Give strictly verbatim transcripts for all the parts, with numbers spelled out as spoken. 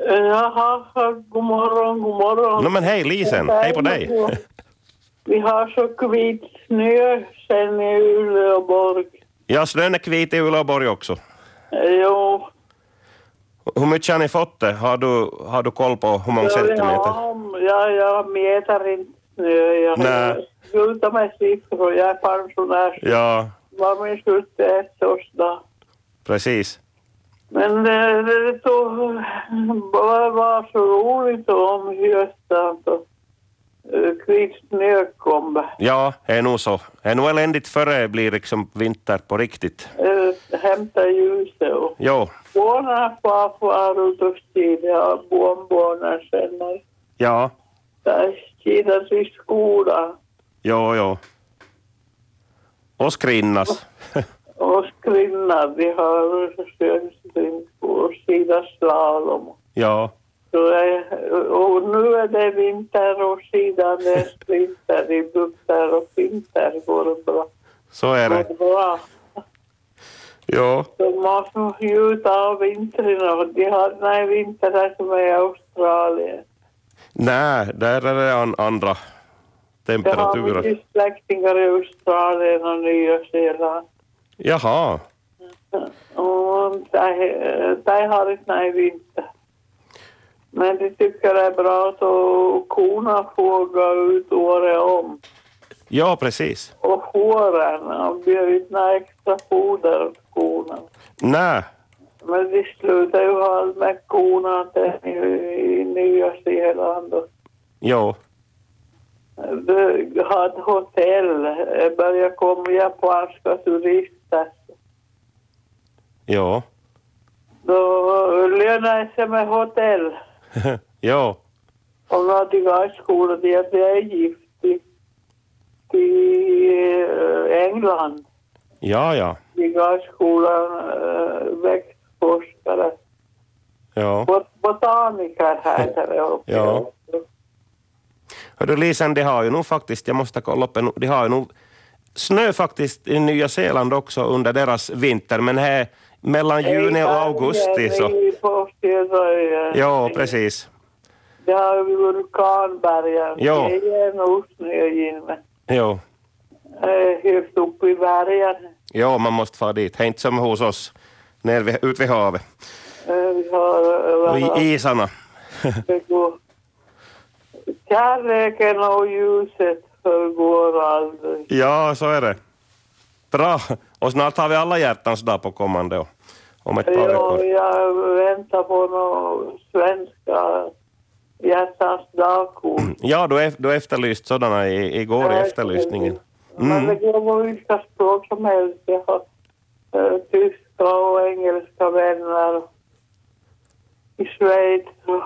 Jaha, god morgon, god morgon. No men hej Lisen, hej på dig. Vi har så kvit snö sen i Uleåborg. Ja, snön är kvit i Uleåborg också. Jo. Hur mycket har ni fått det? Har du, har du koll på hur många centimeter? Ja, jag mäter inte snö. Jag Nej. slutar med siffror, jag är pensionär. Ja. Var min sjuttioett årsdag. Precis. Men det, det tog, bara var så roligt om hösten så kvit snö kom. Ja, det är nog så. Det är nog eländigt före det blir liksom vinter på riktigt. Äh, hämta ljuset och Jo. barnen får fara ut och stida. Jag har barnbarnen sen. Ja. Där stidas i skolan. Jo, jo. Och skrinnas. Och skrinnar, vi har sönsyn och sida slalom. Ja. Så är, och nu är det vinter och sidan är sprinter i bukter och vinter går det bra. Så är det. Går bra. Jo. Så man får njuta av vintern och de har nej vinter där som är i Australien. Nej, där är det an- andra temperaturer. Jag har mycket släktingar i Australien och Nya Zeeland. Jaha. Och där, där har inte nej vinter. Men de tycker det är bra att korna får gå ut året om. Ja, precis. Och fåren, och bjuda extra foder åt korna. Nej. Men de slutar ju ha med korna i, i Nya Zeeland. Jo. De har ett hotell. Det börjar komma japanska turister. Jo. Då lönar det sig med hotell. Jo. Om de har till skola, de är gift i, i England. Ja, ja. I skolan äh, växtforskare. Ja. Bot- botaniker här där uppe. Ja. Hördu Lisen, de har ju nog faktiskt, jag måste kolla upp, de har ju nog snö faktiskt i Nya Zeeland också under deras vinter, men här mellan juni och augusti så... Ja, precis. Det har ju vulkanbergen. Jo. Det är nog snö in med. Jo. Högt upp i bergen. Jo, man måste få dit. Det är inte som hos oss, ner vid, ut vid havet. Vi har... Och i isarna. Kärleken och ljuset förgår aldrig. Ja, så är det. Bra. Och snart har vi alla hjärtans dag på kommande år. Om ett par Ja, veckor. jag väntar på några svenska hjärtans dagkort. Ja, du, är, du efterlyst sådana i, igår i efterlysningen. Men det Mm. går på vilka språk som helst. Jag har äh, tyska och engelska vänner i Schweiz och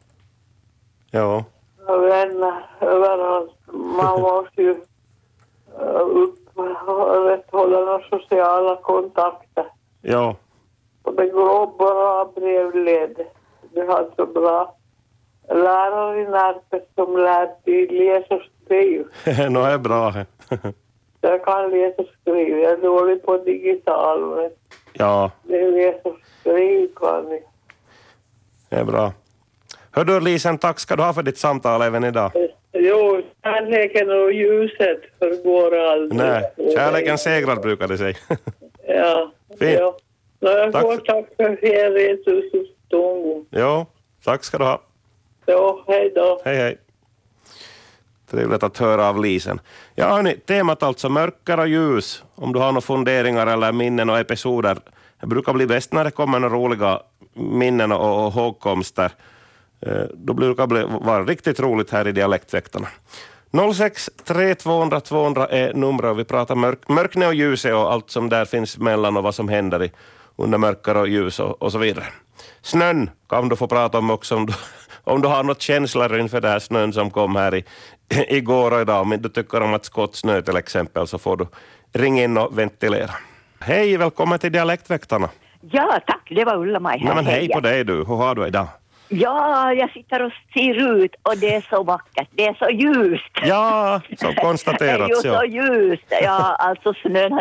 Ja. vänner överallt. Man måste ju äh, upprätthålla några sociala kontakter. Ja. Och det går bra brevled. Vi har så bra lärare i Närpes som lär till läsa och skriva. Nå är bra. Jag kan läsa och skriva. Jag är dålig på digital. Men Ja, det läsa och skriva kan vi. det är bra. Hör du Lisen, tack ska du ha för ditt samtal även idag. Jo, kärleken och ljuset förgår aldrig. Nej, kärleken segrar brukar det säga. Ja. Fint. Ja. Så jag Tack. får tack för ferietusen stånd. Jo, tack ska du ha. Ja, hej då. Hej hej. Trevligt att höra av Lisen. Ja hörni, temat alltså mörker och ljus. Om du har några funderingar eller minnen och episoder. Det brukar bli bäst när det kommer några roliga minnen och, och hågkomster. Eh, då brukar det bli, vara riktigt roligt här i Dialektväktarna. noll sex tre tvåhundra tvåhundra är numret och vi pratar mörk, mörkne och ljuset och allt som där finns mellan och vad som händer i, under mörker och ljus och, och så vidare. Snön kan du få prata om också om du, om du har något känslor inför det här snön som kom här i, igår och idag. Om du tycker om att skottsnö till exempel så får du ringa in och ventilera. Hej, välkommen till Dialektväktarna. Ja, tack. Det var Ulla-Maj här. Nej, men hej Hej. på dig du. Hur har du idag? Ja, jag sitter och ser ut och det är så vackert. Det är så ljust. Ja, som konstaterats. Det är ju så Ja. ljust. Ja, alltså snön har ju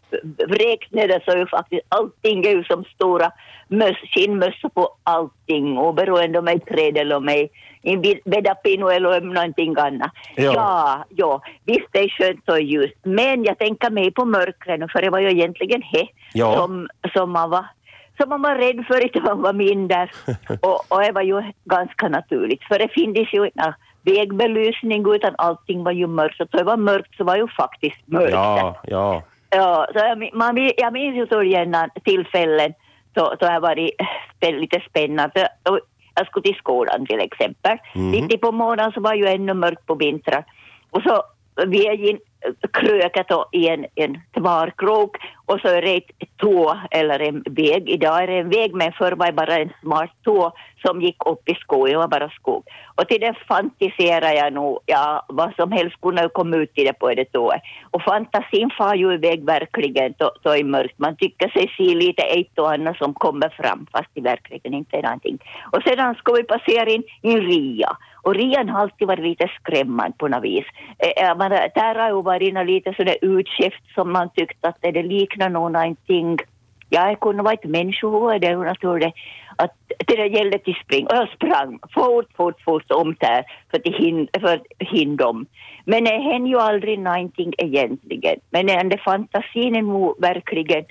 räknade så är ju faktiskt allting är ju som stora möss, skinnmössor på allting, oberoende om jag är träd eller om jag är i bedapino eller om någonting annat. Ja. ja, ja, visst det är skönt och ljus, men jag tänker mig på mörkren, för det var ju egentligen he Ja. som, som man var som man var rädd för att man var mindre. och, och det var ju ganska naturligt, för det finns ju inte vägbelysning utan allting var ju mörkt, så det var mörkt så var ju faktiskt mörkt. Ja, ja. Ja, så jag, man, jag minns ju så gärna tillfällen så, så har varit lite spännande. Jag skulle till skolan till exempel. Mm. Lite på morgonen så var ju ännu mörkt på vintern. Och så vi är in krökat i en, en tvarkrok och så är det ett tå eller en väg. Idag är det en väg, men förr var det bara en smart tå som gick upp i skog. Det var bara skog. Och till det fantiserar jag nog, ja, vad som helst kunde komma ut i det på det tået. Och fantasin far ju iväg verkligen då, då är mörkt. Man tycker sig se lite ett och annat som kommer fram, fast i verkligheten inte är någonting. Och sedan ska vi passera in i en ria. Och rian har alltid varit lite skrämmande på något vis. Eh, man, där har ju varit lite sådär utskift som man tyckte att det liknar någonting. Ja, jag kunde vara ett människohuvud där och tror det att det gällde till spring. Och jag sprang fort, fort, fort om där för att hindra för hindom. Men det hände ju aldrig någonting egentligen. Men den fantasin är nog verkligen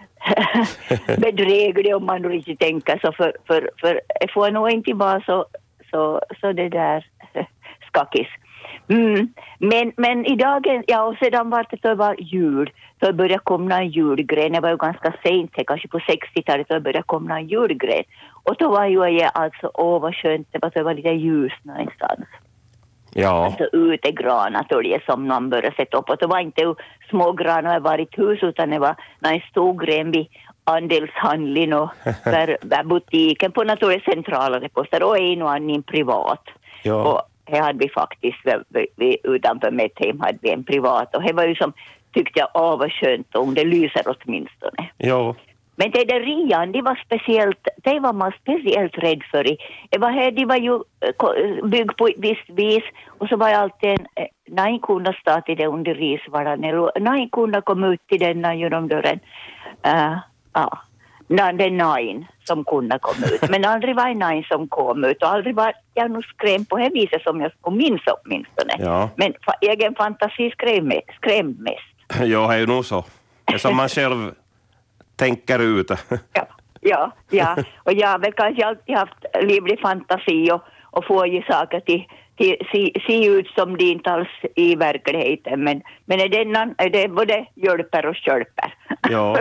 bedräglig om man riktigt tänker så. För, för, för jag får nog inte vara så, så, så det där skakis. Mm. Men, men idag, ja, och sedan var det då var jul, då började komma en julgren. Det var ju ganska sent, kanske på sextiotalet, då började komma en julgren. Och då var ju jag alltså, åh vad skönt, det var, det var lite ljus någonstans. Ja. Alltså utegranat och det som någon började sätta upp. Och det var inte små granar var i ett hus, utan det var en stor gren vid andelshandlin och där, där butiken på naturligt centrala reposter och en och annan privat. Ja. Och här hade vi faktiskt, vi, vi, utanför Mettheim hade vi en privat. Och det var ju som, tyckte jag, åh vad skönt om det lyser åtminstone. Ja. Men det där rian, det var speciellt, det var man speciellt rädd för. Det var här, det var ju byggd på ett visst vis. Och så var jag alltid en, nej kunde stå till det under risvallan. Eller nej kunde komma ut till den genom dörren. Uh, ja. Nej, det är nine som kunde komma ut. Men aldrig var det nine som kom ut. Och aldrig var jag nog skrämd på det viset som jag skulle minns åtminstone. Ja. Men fa- egen fantasi skrämde skräm mest. Ja, det är ju nog så. Det är som man själv tänker ut. Ja, ja, ja. Och jag har väl kanske alltid haft livlig fantasi och, och får ju saker till, till se, se ut som det inte alls i verkligheten. Men, men är det, någon, är det både hjälper och hjälper. Ja.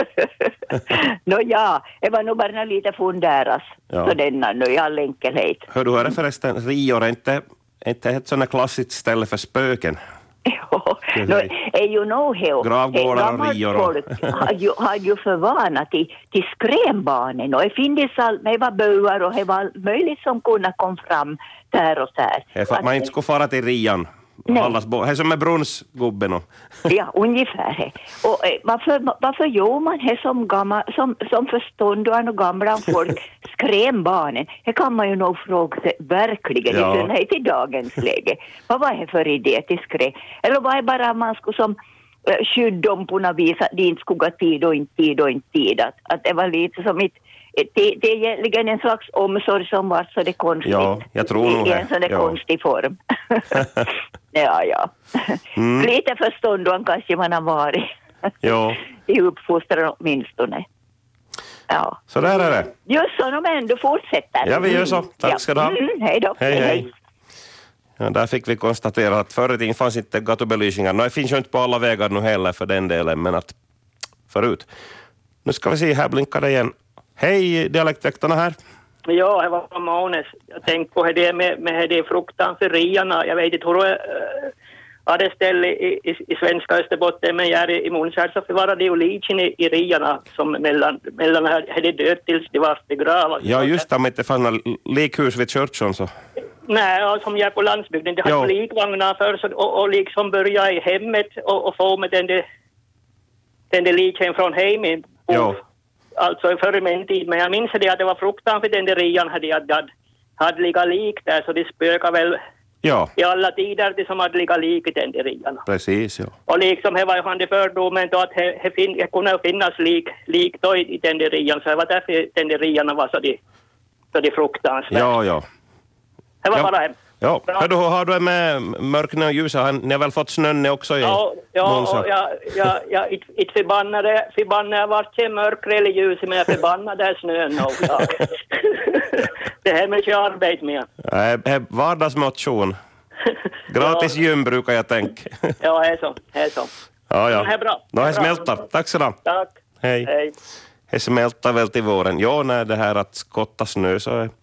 Nå ja, det var nog bara lite funderas. Ja. Så denna nu i all enkelhet. Hör du, är det förresten, Rior är inte, inte ett sådant klassiskt ställe för spöken? Ja, no, är ju nog här. Gravgårdar och rior. Folk har ju, har ju förvanat till, till skrämbanen. Och det finns allt, det var böar och det var möjligt som kunde komma fram där och där. Det är för att man inte skulle fara till Rian. Allas bo- det är som med brunnsgubben. Och. Ja, ungefär. Och eh, varför, varför gör man det som, gamla, som, som förståndaren och gamla folk skrämbarnen? Det kan man ju nog fråga sig verkligen Ja. i synnerhet i dagens läge. Vad var det för idé till skräm? Eller var det bara att man skulle som eh, skydda dem på något vis att det inte skulle gå tid och inte tid och inte tid. Att, att det var lite som ett Det, det är egentligen en slags omsorg som var så det konstigt. Ja, jag tror nog I det. en sån där Ja. konstig form. ja, ja. Mm. Lite förstånd kanske man har varit. Ja. I uppfostran åtminstone. Ja. Så där är det. Just så, men du fortsätter. Ja, vi gör så. Tack Ja. ska du ha. Mm, hej då. Hej, hej. Ja, där fick vi konstatera att förr i tiden fanns inte gatubelysningar. Nej, det finns ju inte på alla vägar nu heller för den delen, men att förut. Nu ska vi se, här blinkar det igen. Hej, dialektväktarna här. Ja, det var Månes. Jag tänkte på det med, med det fruktan för riarna. Jag vet inte hur det äh, hade ställe i, i, i svenska Österbotten, men jag är i Månskär så var det ju liken i, i riarna som mellan, mellan hade dött tills de var begravda. Ja, just det, om inte fanns några likhus vid kyrkan så. Nej, ja, som jag är på landsbygden. Det Ja. hade likvagnar för så, och, och liksom börja i hemmet och, och få med den där, den där liken från hemmet. Ja. Alltså före min tid, men jag minns det att det var fruktan för den där rian hade jag hade, hade lika lik där, så det spökar väl Ja. I alla tider det som hade lika lik i tenderierna. Precis, ja. Och liksom det var ju han det fördomen då att det, det, fin, det kunde finnas lik, lik då i, i tenderierna. Så det var därför tenderierna var så de, så de fruktansvärt. Ja, ja. Det var ja. bara hem. Ja, hör du, har du med mörkna och ljusa? Ni har väl fått snön också i Ja, ja, Monza? och jag, jag, jag inte förbannade, förbannade vart det mörkre eller ljus, men jag förbannade snön och ja. Det här med arbete med. Nej, vardagsmotion. Gratis ja. Gym brukar jag tänka. Ja, det är så. Det är så. Ja, ja. Det är bra. Nå, det smälter. Tack så du. Tack. Hej. Hej. Det smälter väl till våren. Ja, när det här att skotta snö så är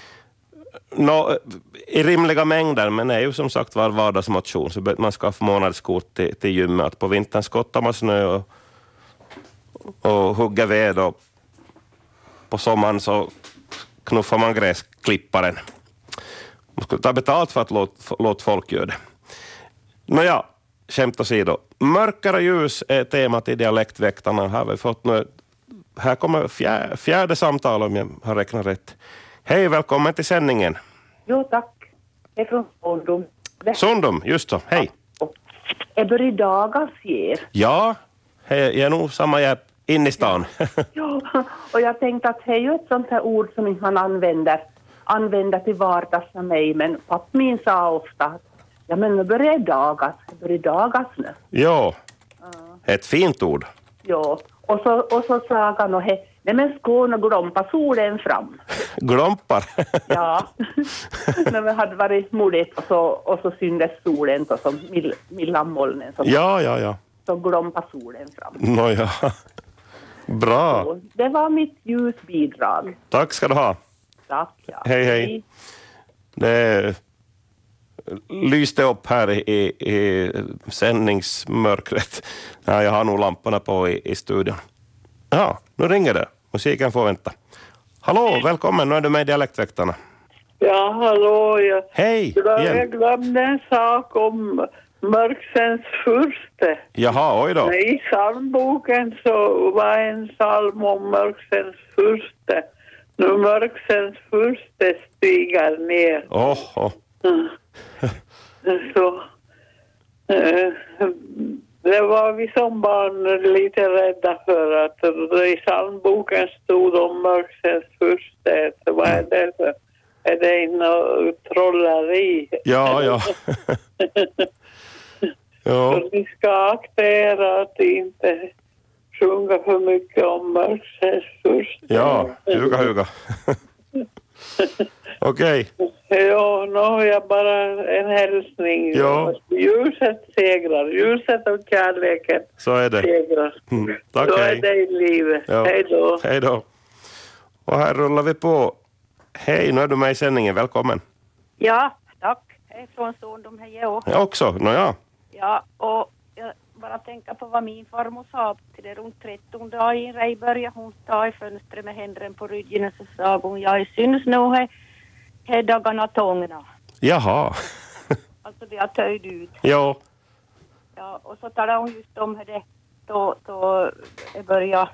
no, i rimliga mängder, men det är ju som sagt var vardagsmotion, så man ska få månadskort till, till gymmet. Att på vintern skottar man snö och, och hugger ved, och på sommaren så knuffar man gräsklipparen. Man ska ta betalt för att låta låt folk göra det. Nåja, skämt åsido. Mörkare ljus är temat i Dialektväktarna. Här, har vi fått nu, här kommer fjär, fjärde samtal om jag har räknat rätt. Hej, välkommen till sändningen. Jo, tack. Det är från Sondom. Sondom, just så. Hej. Är det dagas ger? Ja, jag är nog samma jag in i stan. Ja, och jag tänkte att det är ju ett sånt här ord som inte man använder, använder till vardags med mig, men pappa min sa ofta att ja, men nu börjar dagas, det börjar dagas nu. Ja, ett fint ord. Ja, och så, och så sa han och he, nej men skån och glompa solen fram. Glompar? Ja, när vi hade varit modigt och så, och så syndes solen så som mill, millamolnen. Så, ja, ja, ja. Så glompa solen fram. Nåja, bra. Så, det var mitt ljusbidrag. Tack ska du ha. Tack, ja. Hej, hej. Det lyste upp här i, i, i sändningsmörkret. Ja, jag har nog lamporna på i, i studion. Ja, nu ringer det. Musiken får vänta. Hallå, välkommen. Nu är du med i Dialektväktarna. Ja, hallå. Jag, Hej, jag, igen. jag glömde en sak om Mörksens furste. Jaha, oj då. I psalmboken så var en psalm om Mörksens furste. Nu Mörksens furste stiger ner. Åh, oh, oh. Så eh, det var vi som barn lite rädda för att i psalmboken stod om Mörksens furste. Så vad är det för? Är det en trolleri? Ja, ja. Ja. Så ni ska akta er att inte sjunga för mycket om Mörksens furste. Ja, huga, huga. Okej. Okay. Ja, no, jag bara en hälsning. Ja. Ljuset segrar. Ljuset och kärleken Så är det. segrar. Mm. Tack, Så hej. är det i livet. Ja. Hej då. Hej då. Och här rullar vi på. Hej, nu är du med i sändningen. Välkommen. Ja, tack. Jag är från Sondom, hej jag. Jag också, nåja. Ja, och jag bara tänker på vad min farmor sa till det runt tretton dagar i rej började hon ta i fönstret med händerna på ryggen och så sa hon, jag syns nog här, här dagarna tångna. Jaha. Alltså det har töjt ut. Ja. Ja, och så talade hon just om hur det då, då det började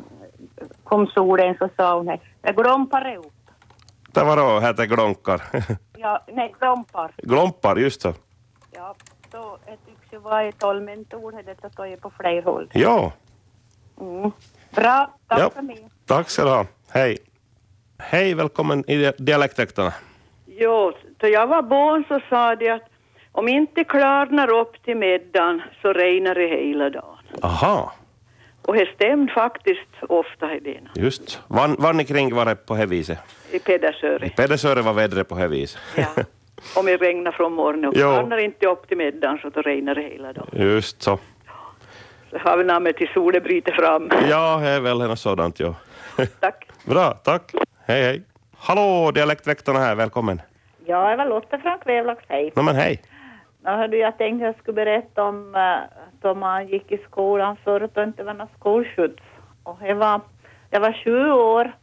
kom solen så sa hon här, det glompar upp. Det var då, heter glonkar. Ja, nej, glompar. Glompar, just så. Ja, så det tycks ju vara ett allmänt ord, det står ju på flera håll. Ja. Mm. Bra, tack Ja. för mig. Tack ska du ha. Hej. Hej, välkommen i Dialektväktarna. Jo, då jag var barn så sa de att om inte klarnar upp till middagen så regnar det hela dagen. Aha, Och det stämde faktiskt ofta i det. just. Vann, vann ni kring var det på det viset? I Pedersöre. Pedersöre var vädret på det viset. Ja. Om det regnar från morgonen och Jo. klarnar inte upp till middagen så då regnar det hela dagen. Just så. Så har vi namnet till solen bryter fram. Ja, det är väl något sådant, ja. Tack. Bra, tack. Hej, hej. Hallå, Dialektväktarna här, välkommen. Ja, jag var Lotta från Kvävlax, hej. No, men hej. Ja, hörde, jag tänkte jag skulle berätta om uh, då man gick i skolan förut och inte var någon skolskjuts. Och jag var, jag var sju år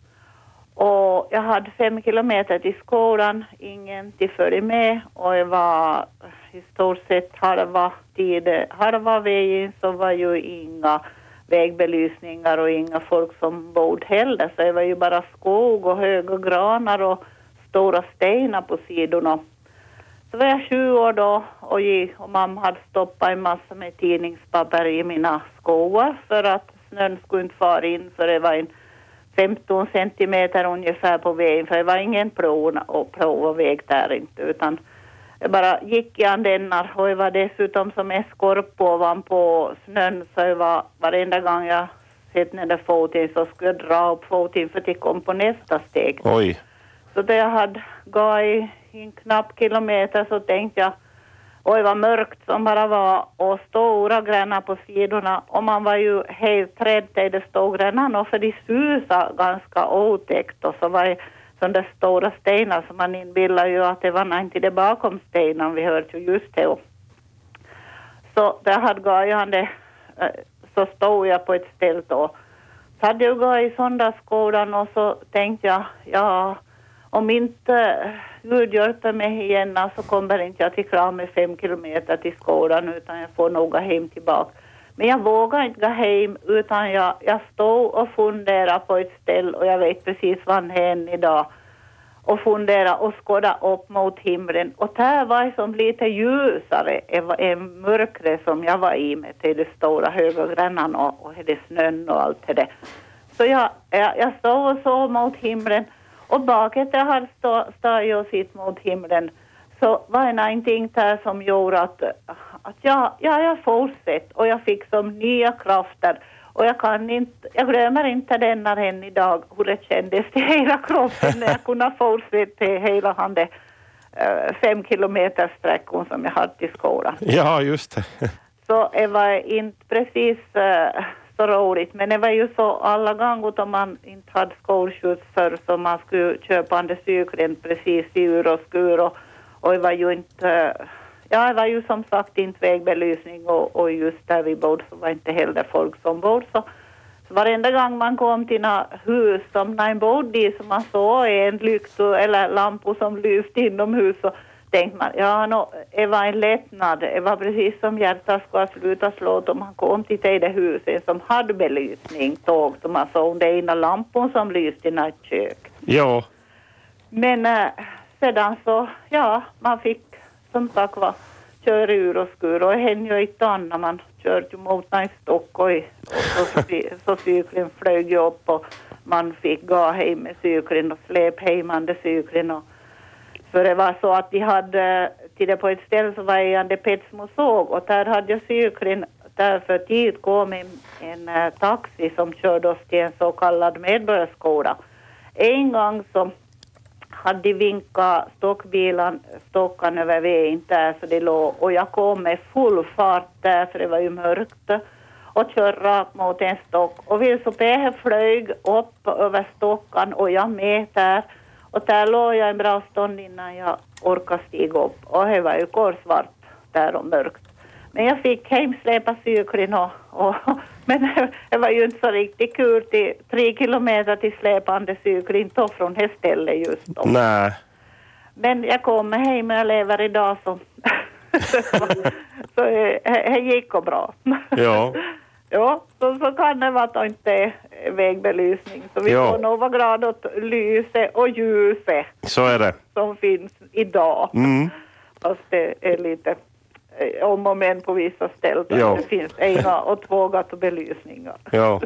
och jag hade fem kilometer till skolan, ingen till följa med och jag var i stort sett halva tiden, halva vägen så var ju inga vägbelysningar och inga folk som bodde heller, så det var ju bara skog och höga granar och stora stenar på sidorna. Så var jag sju år då och, gick, och mamma hade stoppat en massa med tidningspapper i mina skor för att snön skulle inte fara in, för det var en femton centimeter ungefär på vägen, för det var ingen plov och, plov och väg där inte, utan jag bara gick i andennar och det var dessutom som en skorp ovanpå snön, så det var varenda gång jag sett ner där foten så skulle jag dra upp foten för att jag kom på nästa steg. Oj. Så då jag hade gått i en knapp kilometer så tänkte jag, och det var mörkt som bara var och stora grenar på sidorna, och man var ju helt rädd till de stora grenarna, för de susade ganska otäckt, och så var det sådana stora stenar som man inbillar ju att det var inte det bakom stenen, vi hörde ju just det. Så där hade gått så stod jag på ett ställe då. Så hade jag gått i söndagsskolan och så tänkte jag, ja, om inte Gud hjälper mig igen så kommer inte jag till klar med fem kilometer till skolan, utan jag får nog gå hem tillbaka. Men jag vågar inte gå hem, utan jag, jag stod och funderade på ett ställe, och jag vet precis vad han är idag. Och funderade och skådade upp mot himlen. Och där var det som lite ljusare än mörkret som jag var i med till de stora höga grannarna och, och det snön och allt det där. Så jag, jag, jag stod och såg mot himlen. Och baket jag hade stått och sitt mot himlen, så var det någonting där som gjorde att, att jag, ja, jag fortsatte. Och jag fick som nya krafter. Och jag kan inte, jag glömmer inte denna än idag, hur det kändes till hela kroppen när jag kunde fortsätta till hela han det, uh, fem kilometer sträckon som jag hade till skolan. Ja, just det. Så det var inte precis uh, så roligt, men det var ju så alla gånger om man inte hade skolskjuts för, så man skulle köpa den cykeln precis i ur och skur, och, och det var ju inte... Uh, Ja, det var ju som sagt inte vägbelysning, och, och just där vi bodde så var inte heller folk som bodde. Så, så varenda gång man kom till några hus som man bodde i, så man såg en lykt eller lampor som lyste inomhus, så tänkte man, ja, no, det var en lättnad. Det var precis som hjärtat skulle sluta slå om man kom till det huset som hade belysning, tåg, så man såg den ena lampan som lyste i något kök. Ja. Men äh, sedan så, ja, man fick som sagt var, kör ur och skur, och det händer ju inte annat. Man kör ju mot en stock, och, och så, så cykeln flög upp, och man fick gå hem med cykeln och släp hemande cykeln. Och, för det var så att de hade, till det på ett ställe så var jag en Petsmo såg, och där hade jag cykeln, därför tid kom en, en uh, taxi som körde oss till en så kallad medborgarskola. En gång så hade de vinkat stockbilen, stockan över vägen där, så det låg, och jag kom med full fart där, för det var ju mörkt, och körde rakt mot en stock, och vill så P flög upp över stockan, och jag med där, och där låg jag en bra stund innan jag orkade stiga upp, och det var ju korsvart där och mörkt. Men jag fick hemsläpa cykeln, och, och, men det var ju inte så riktigt kul till tre kilometer till släpande cykeln då från det stället just då. Nej. Men jag kommer hem och jag lever idag så, så, så det gick och bra. Ja. Ja, så, så kan det vara att det inte är vägbelysning. Så vi ja. får nog vara glada åt lyset och ljuset. Så är det. Som finns idag. Mm. Fast det är lite om och men på vissa ställen. Ja. Det finns ena och två gatubelysningar. Ja.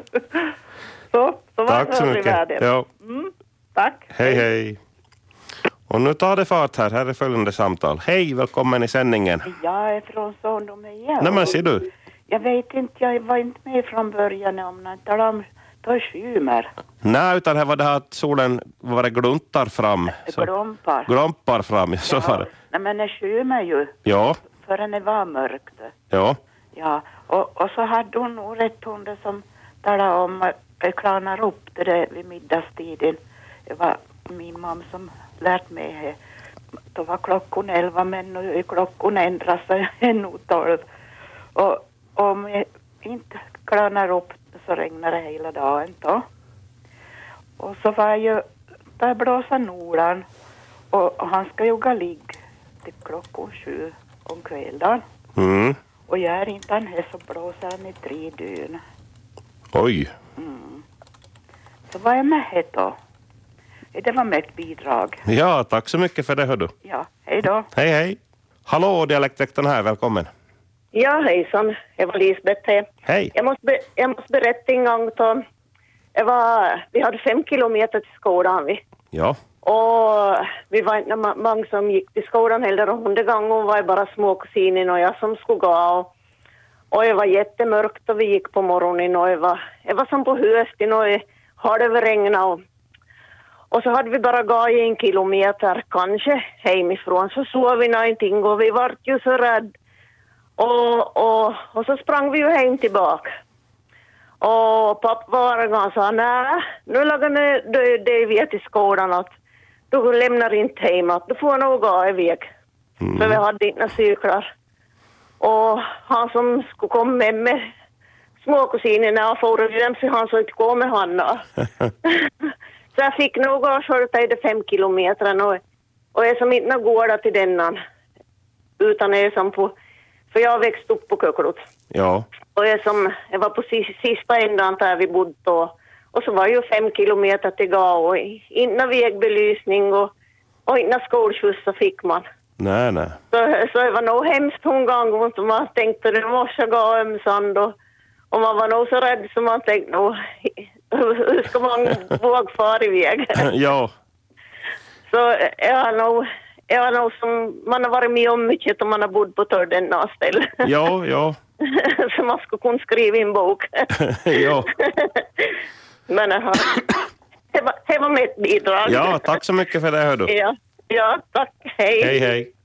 så, så tack så mycket. Ja. Mm, tack. Hej, hej. Och nu tar det fart här. Här är följande samtal. Hej, välkommen i sändningen. Jag är från Sondom igen. Nej, men ser du? Jag vet inte, jag var inte med från början om när talar om då skymer. Nej, utan här var det här att solen var det gluntar fram. Så. Glompar. Glompar fram, så ja. var det. Nej, men det skymer ju. Ja. Förrän det var mörkt. Ja. Ja, och, och så hade hon nog rätt hon det som talade om att det klarnar upp det där vid middagstiden. Det var min mamma som lärt mig. Då var klockan elva, men nu är klockan ändras sig ännu tolv. Och om jag inte klarnar upp så regnar det hela dagen då. Och så var ju där blåsa Nordan, och, och han ska ju gå ligg till klockan sju om kvällen. Mm. Och jag är inte han här så blåser han i tre dygn. Oj. Mm. Så var jag med här då. Det var med ett bidrag. Ja, tack så mycket för det, hör du. Ja, hej då. Hej, hej. Hallå, dialektväktaren här, välkommen. Ja, hejsan. Jag var Lisbeth här. Hej. Jag måste, be, jag måste berätta en gång då. Jag var, vi hade fem kilometer till skolan. Vi. Ja. Och vi var inte många som gick till skolan heller. Och under gången var jag bara små kusinen och jag som skulle gå. Och, och det var jättemörkt och vi gick på morgonen. Och jag var, jag var som på hösten och det hade regnat. Och, och så hade vi bara gått en kilometer kanske hemifrån. Så såg vi någonting och vi var ju så rädda. Och, och, och så sprang vi ju hem tillbaka. Och pappa var och sa, nej, nu lagar det, det vi till skolan att du lämnar inte hem, att du får nog gå iväg. Mm. För vi hade inte cyklar. Och han som skulle komma med med småkusinerna och får dem så han så inte gå med Hanna. Så jag fick nog gå skörta i de fem kilometerna och, och jag som inte går till denna utan jag som på. För jag växte upp på Köklut. Ja. Och jag, som, jag var på sista ändan där vi bodde då. Och så var ju fem kilometer till gå och innan vägbelysning och, och innan skolskjuts så fick man. Nej, nej. Så, så det var nog hemskt en gång och man tänkte att det måste gå ömsand och, och man var nog så rädd så man tänkte nog hur ska man våga fara iväg? Ja. Så jag har nog... Jag har nog som man har varit med om mycket om man har bott på törden ställe. Ja, ja. Så man skulle kunna skriva en bok. Ja. Men det var, det var mitt bidrag. Ja, tack så mycket för det, hör du. Ja, ja tack. Hej. Hej, hej.